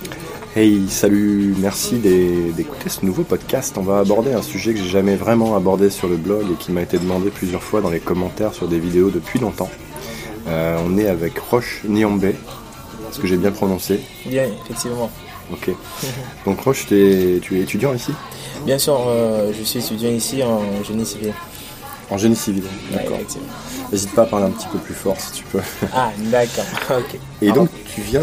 Hey, salut, merci d'écouter ce nouveau podcast. On va aborder un sujet que j'ai jamais vraiment abordé sur le blog et qui m'a été demandé plusieurs fois dans les commentaires sur des vidéos depuis longtemps. On est avec Roche Niambe. Est-ce que j'ai bien prononcé? Bien, effectivement. Ok. Donc Roche, tu es étudiant ici? Bien sûr, je suis étudiant ici en génie civil. En génie civil, d'accord. Ouais, n'hésite pas à parler un petit peu plus fort si tu peux. Ah, d'accord, ok. Et donc tu viens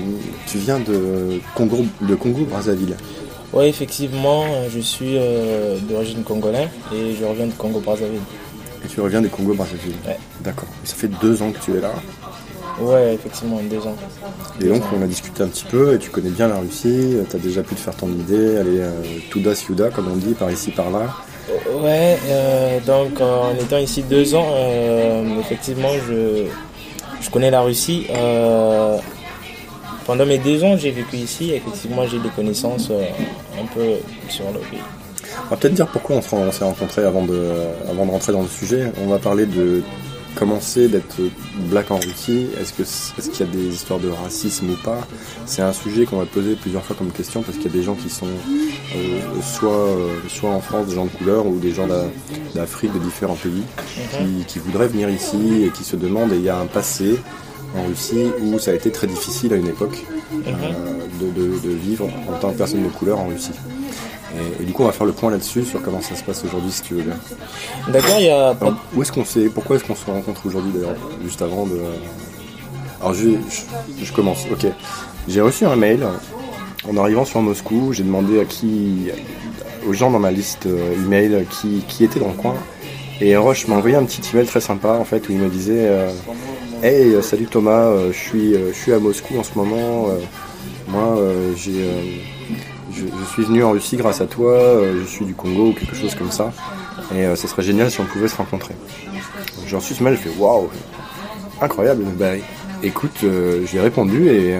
de Congo-Brazzaville. Oui, effectivement, je suis d'origine congolaise et je reviens de Congo-Brazzaville. Et tu reviens des Congo-Brazzaville. Ouais. D'accord. Et ça fait 2 ans que tu es là. Ouais, effectivement, 2 ans. Et donc on a discuté un petit peu et tu connais bien la Russie, tu as déjà pu te faire ton idée, aller Tuda-Siuda comme on dit, par ici par là. Ouais, donc en étant ici 2 ans, effectivement je connais la Russie. Pendant mes 2 ans j'ai vécu ici, effectivement j'ai des connaissances un peu sur le pays. On va peut-être dire pourquoi on s'est rencontrés avant de rentrer dans le sujet. On va parler de comment c'est d'être black en Russie. Est-ce qu'il y a des histoires de racisme ou pas? C'est un sujet qu'on va poser plusieurs fois comme question parce qu'il y a des gens qui sont soit en France, des gens de couleur ou des gens d'Afrique, de différents pays qui voudraient venir ici et qui se demandent, et il y a un passé en Russie où ça a été très difficile à une époque de vivre en tant que personne de couleur en Russie. Et du coup, on va faire le point là-dessus, sur comment ça se passe aujourd'hui, si tu veux bien. D'accord, il y a... Alors, pourquoi est-ce qu'on se rencontre aujourd'hui, d'ailleurs, juste avant de... Alors, je commence, ok. J'ai reçu un mail, en arrivant sur Moscou, j'ai demandé aux gens dans ma liste email qui étaient dans le coin, et Roche m'a envoyé un petit email très sympa, en fait, où il me disait Hey, salut Thomas, je suis à Moscou en ce moment, moi, je suis venu en Russie grâce à toi, je suis du Congo ou quelque chose comme ça, et ça serait génial si on pouvait se rencontrer. Donc, j'ai reçu ce mail, je fais waouh, incroyable. Bah écoute, j'ai répondu et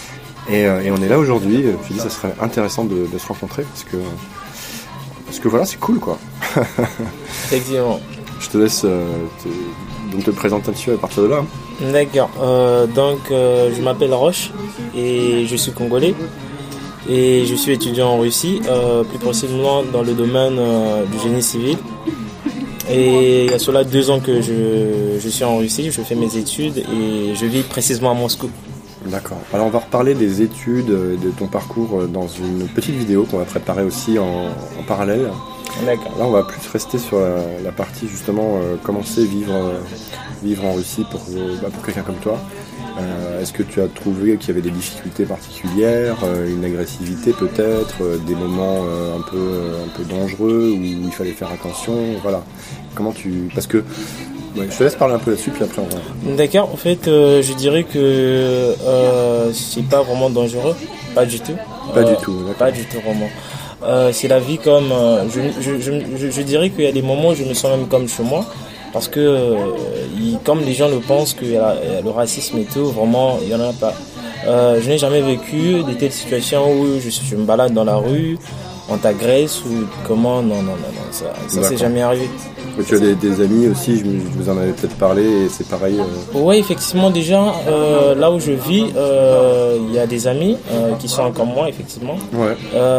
on est là aujourd'hui. Je me suis dit ça serait intéressant de se rencontrer parce que voilà, c'est cool quoi. Effectivement. Je te laisse te présenter un petit peu à partir de là. D'accord, donc je m'appelle Roche et je suis congolais. Et je suis étudiant en Russie, plus précisément dans le domaine du génie civil. Et il y a cela 2 ans que je suis en Russie, je fais mes études et je vis précisément à Moscou. D'accord. Alors on va reparler des études, de ton parcours dans une petite vidéo qu'on va préparer aussi en parallèle. D'accord. Là on va plus rester sur la partie justement comment c'est vivre en Russie pour quelqu'un comme toi. Est-ce que tu as trouvé qu'il y avait des difficultés particulières, une agressivité peut-être, des moments un peu dangereux où il fallait faire attention, voilà. Parce que je te laisse parler un peu là-dessus puis après on va. D'accord, en fait je dirais que c'est pas vraiment dangereux, pas du tout. Pas du tout, d'accord. Pas du tout vraiment. C'est la vie comme je dirais qu'il y a des moments où je me sens même comme chez moi. Parce que, comme les gens le pensent, que le racisme et tout, vraiment, il n'y en a pas. Je n'ai jamais vécu de telles situations où je me balade dans la rue, on t'agresse ou comment, non, ça c'est jamais arrivé. Mais tu as des amis aussi, je vous en avais peut-être parlé et c'est pareil. Oui, effectivement, déjà, là où je vis, il y a des amis qui sont comme moi, effectivement. Ouais.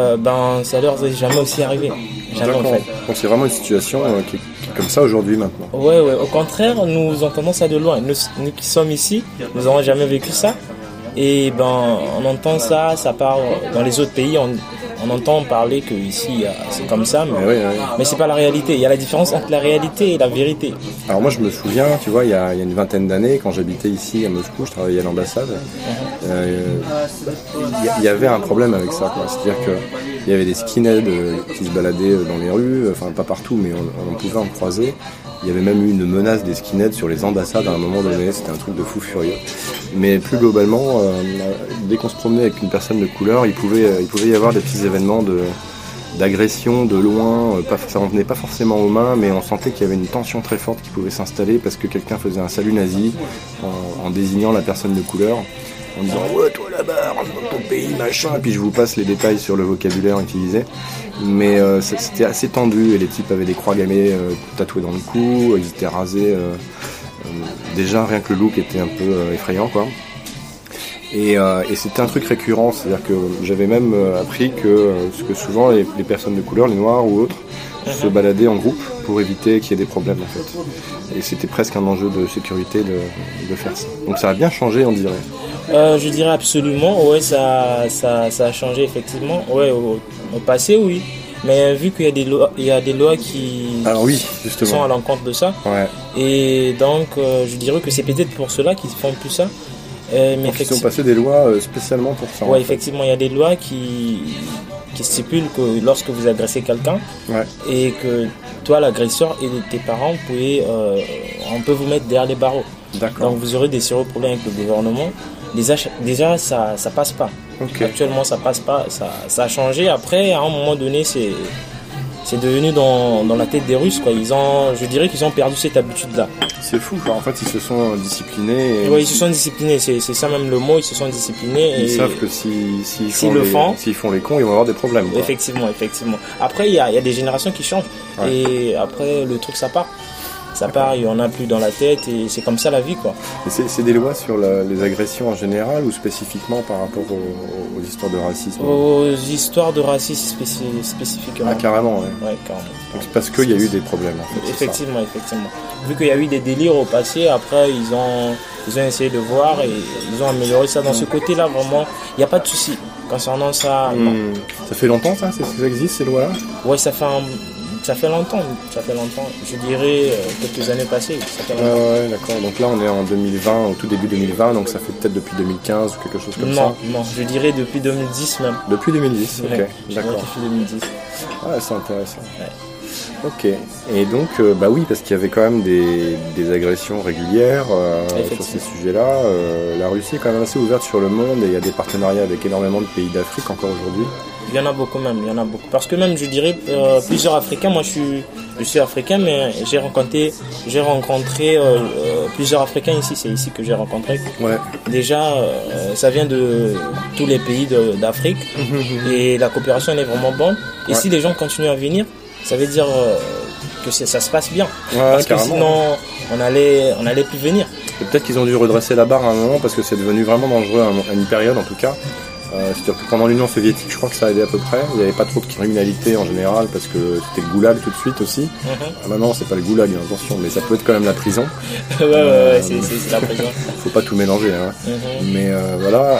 Ça leur est jamais aussi arrivé. Jamais, en fait. Donc c'est vraiment une situation qui est comme ça aujourd'hui maintenant. Ouais, au contraire, nous entendons ça de loin. Nous qui sommes ici, nous n'avons jamais vécu ça. Et on entend ça part dans les autres pays, on entend parler que ici c'est comme ça, mais c'est pas la réalité. Il y a la différence entre la réalité et la vérité. Alors moi je me souviens, tu vois, il y a une vingtaine d'années, quand j'habitais ici à Moscou, je travaillais à l'ambassade, il y avait un problème avec ça, quoi. C'est-à-dire qu'il y avait des skinheads qui se baladaient dans les rues, enfin pas partout, mais on pouvait en croiser. Il y avait même eu une menace des skinheads sur les ambassades à un moment donné, c'était un truc de fou furieux. Mais plus globalement, dès qu'on se promenait avec une personne de couleur, il pouvait y avoir des petits événements d'agression de loin, ça en venait pas forcément aux mains, mais on sentait qu'il y avait une tension très forte qui pouvait s'installer parce que quelqu'un faisait un salut nazi en désignant la personne de couleur, en disant « Ouais, toi là-bas, rentre dans ton pays, machin », et puis je vous passe les détails sur le vocabulaire utilisé. Mais c'était assez tendu et les types avaient des croix gammées tatouées dans le cou, ils étaient rasés. Déjà rien que le look était un peu effrayant quoi. Et c'était un truc récurrent, c'est-à-dire que j'avais même appris que souvent les personnes de couleur, les noirs ou autres, se baladaient en groupe pour éviter qu'il y ait des problèmes en fait. Et c'était presque un enjeu de sécurité de faire ça. Donc ça a bien changé, on dirait. Je dirais absolument, ouais, ça a changé effectivement. Ouais, au passé, oui. Mais vu qu'il y a des lois qui sont à l'encontre de ça. Ouais. Et donc, je dirais que c'est peut-être pour cela qu'ils font plus ça. Mais ils ont passé des lois spécialement pour ça. Ouais, effectivement, il y a des lois qui stipulent que lorsque vous agressez quelqu'un et que toi, l'agresseur et tes parents, on peut vous mettre derrière les barreaux. D'accord. Donc vous aurez des sérieux problèmes avec le gouvernement. Déjà ça passe pas. Okay. Actuellement, ça passe pas. Ça a changé. Après, à un moment donné, c'est devenu dans la tête des Russes, quoi. Je dirais qu'ils ont perdu cette habitude-là. C'est fou, quoi. En fait, ils se sont disciplinés. Oui, ils se sont disciplinés, c'est ça même le mot, ils se sont disciplinés. Ils savent que s'ils font les cons, ils vont avoir des problèmes, quoi. Effectivement. Après, il y a des générations qui changent. Ouais. Et après, le truc, ça part. Ça part, il n'y en a plus dans la tête et c'est comme ça la vie, quoi. Et c'est des lois sur les agressions en général ou spécifiquement par rapport aux histoires de racisme? Aux histoires de racisme spécifiquement. Ah, carrément, ouais. Ouais, carrément. Donc c'est parce qu'il y a eu des problèmes, en fait. Effectivement. Vu qu'il y a eu des délires au passé, après ils ont essayé de voir et ils ont amélioré ça. Dans ce côté-là, vraiment, il n'y a pas de souci. Concernant ça, non. Ça fait longtemps, ça existe, ces lois-là? Ouais, ça fait longtemps. Je dirais quelques années passées. Ça fait longtemps. Ouais, d'accord. Donc là, on est en 2020, au tout début 2020, donc ça fait peut-être depuis 2015 ou quelque chose comme ça. Non, je dirais depuis 2010 même. Depuis 2010, ok. Ouais, d'accord. Depuis 2010. Ouais, c'est intéressant. Ouais. Ok. Et donc, oui, parce qu'il y avait quand même des agressions régulières sur ces sujets-là. La Russie est quand même assez ouverte sur le monde et il y a des partenariats avec énormément de pays d'Afrique encore aujourd'hui. Il y en a beaucoup même, Parce que même, je dirais, plusieurs Africains, moi je suis africain, mais j'ai rencontré plusieurs Africains ici, c'est ici que j'ai rencontré. Ouais. Déjà, ça vient de tous les pays d'Afrique et la coopération elle est vraiment bonne. Et si les gens continuent à venir, ça veut dire que ça se passe bien. Parce que sinon, on allait plus venir. Et peut-être qu'ils ont dû redresser la barre à un moment parce que c'est devenu vraiment dangereux à une période en tout cas. C'est-à-dire que pendant l'Union soviétique, je crois que ça allait à peu près. Il n'y avait pas trop de criminalité en général parce que c'était le goulag tout de suite aussi. Maintenant, c'est pas le goulag, attention, mais ça peut être quand même la prison. ouais, c'est la prison. Faut pas tout mélanger, hein. Mais voilà.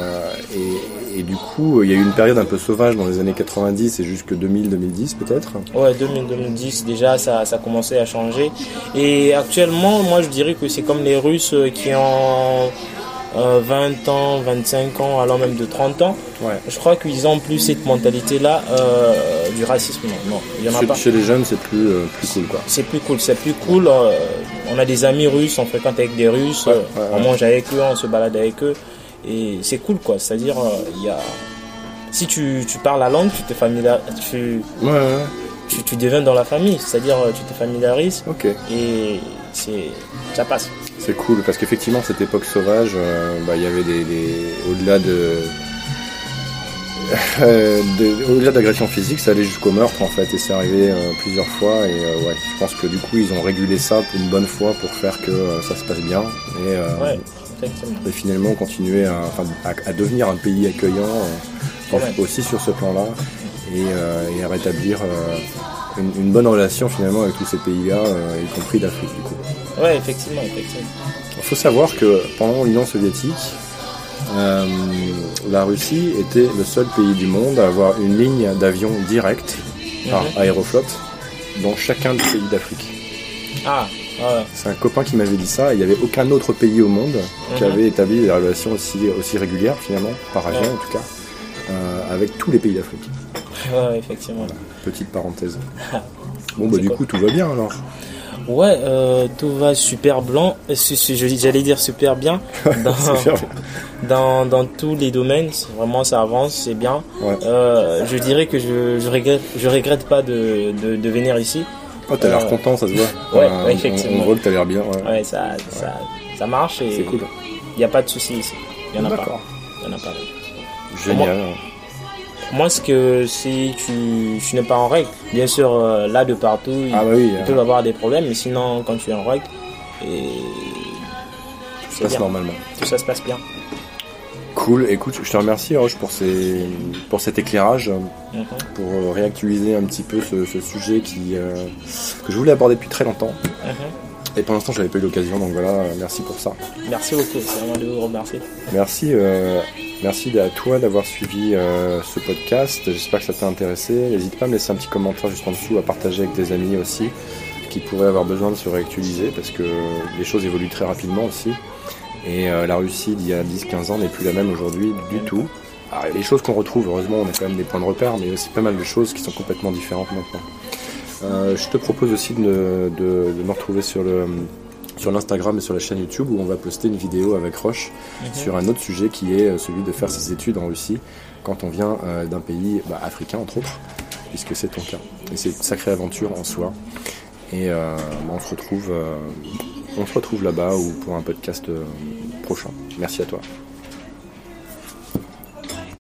Et du coup, il y a eu une période un peu sauvage dans les années 90 et jusque 2000-2010 peut-être. Ouais, 2000-2010 déjà, ça commençait à changer. Et actuellement, moi je dirais que c'est comme les Russes qui ont 20 ans, 25 ans, alors même de 30 ans. Ouais. Je crois qu'ils ont plus cette mentalité-là du racisme. Non, il y en a pas. Chez les jeunes, c'est plus cool, quoi. C'est plus cool. On a des amis russes, on fréquente avec des Russes, on mange avec eux, on se balade avec eux. Et c'est cool, quoi. C'est-à-dire, si tu parles la langue, tu te familiarises. Tu deviens dans la famille, c'est-à-dire tu te familiarises. Et ça passe. C'est cool parce qu'effectivement cette époque sauvage, il y avait au-delà au-delà d'agression physique, ça allait jusqu'au meurtre en fait et c'est arrivé plusieurs fois et je pense que du coup ils ont régulé ça une bonne fois pour faire que ça se passe bien et finalement continuer à devenir un pays accueillant aussi sur ce plan-là et à rétablir une bonne relation finalement avec tous ces pays-là, y compris d'Afrique du coup. Ouais, effectivement. Il faut savoir que pendant l'Union soviétique, la Russie était le seul pays du monde à avoir une ligne d'avion directe par Aeroflot dans chacun des pays d'Afrique. C'est un copain qui m'avait dit ça. Il n'y avait aucun autre pays au monde qui avait établi des relations aussi régulières finalement, par avion en tout cas, avec tous les pays d'Afrique. Ouais, effectivement. Voilà, petite parenthèse. Bon, du coup, tout va bien alors. Ouais, tout va super blanc. J'allais dire super bien. Dans tous les domaines, vraiment ça avance, c'est bien. Ouais. Je dirais que je regrette pas de venir ici. Oh, t'as l'air content, ça se voit. Ouais, effectivement. On voit que t'as l'air bien. Ouais, ça marche et c'est cool. Il n'y a pas de soucis ici. Il n'y en a pas. Génial. Moi, c'est que si tu n'es pas en règle, bien sûr, là de partout, il peut y avoir des problèmes, mais sinon, quand tu es en règle, ça se passe normalement. Tout ça se passe bien. Cool, écoute, je te remercie Roche pour cet éclairage, pour réactualiser un petit peu ce sujet que je voulais aborder depuis très longtemps. Et pour l'instant, je n'avais pas eu l'occasion, donc voilà, merci pour ça. Merci beaucoup, c'est vraiment de vous remercier. Merci à toi d'avoir suivi ce podcast. J'espère que ça t'a intéressé. N'hésite pas à me laisser un petit commentaire juste en dessous, à partager avec des amis aussi qui pourraient avoir besoin de se réactualiser parce que les choses évoluent très rapidement aussi. Et la Russie d'il y a 10-15 ans n'est plus la même aujourd'hui du tout. Alors, les choses qu'on retrouve, heureusement, on a quand même des points de repère, mais aussi pas mal de choses qui sont complètement différentes maintenant. Je te propose aussi de me retrouver sur l'Instagram et sur la chaîne YouTube où on va poster une vidéo avec Roche sur un autre sujet qui est celui de faire ses études en Russie quand on vient d'un pays africain entre autres, puisque c'est ton cas. Et c'est une sacrée aventure en soi. Et on se retrouve là-bas ou pour un podcast prochain. Merci à toi.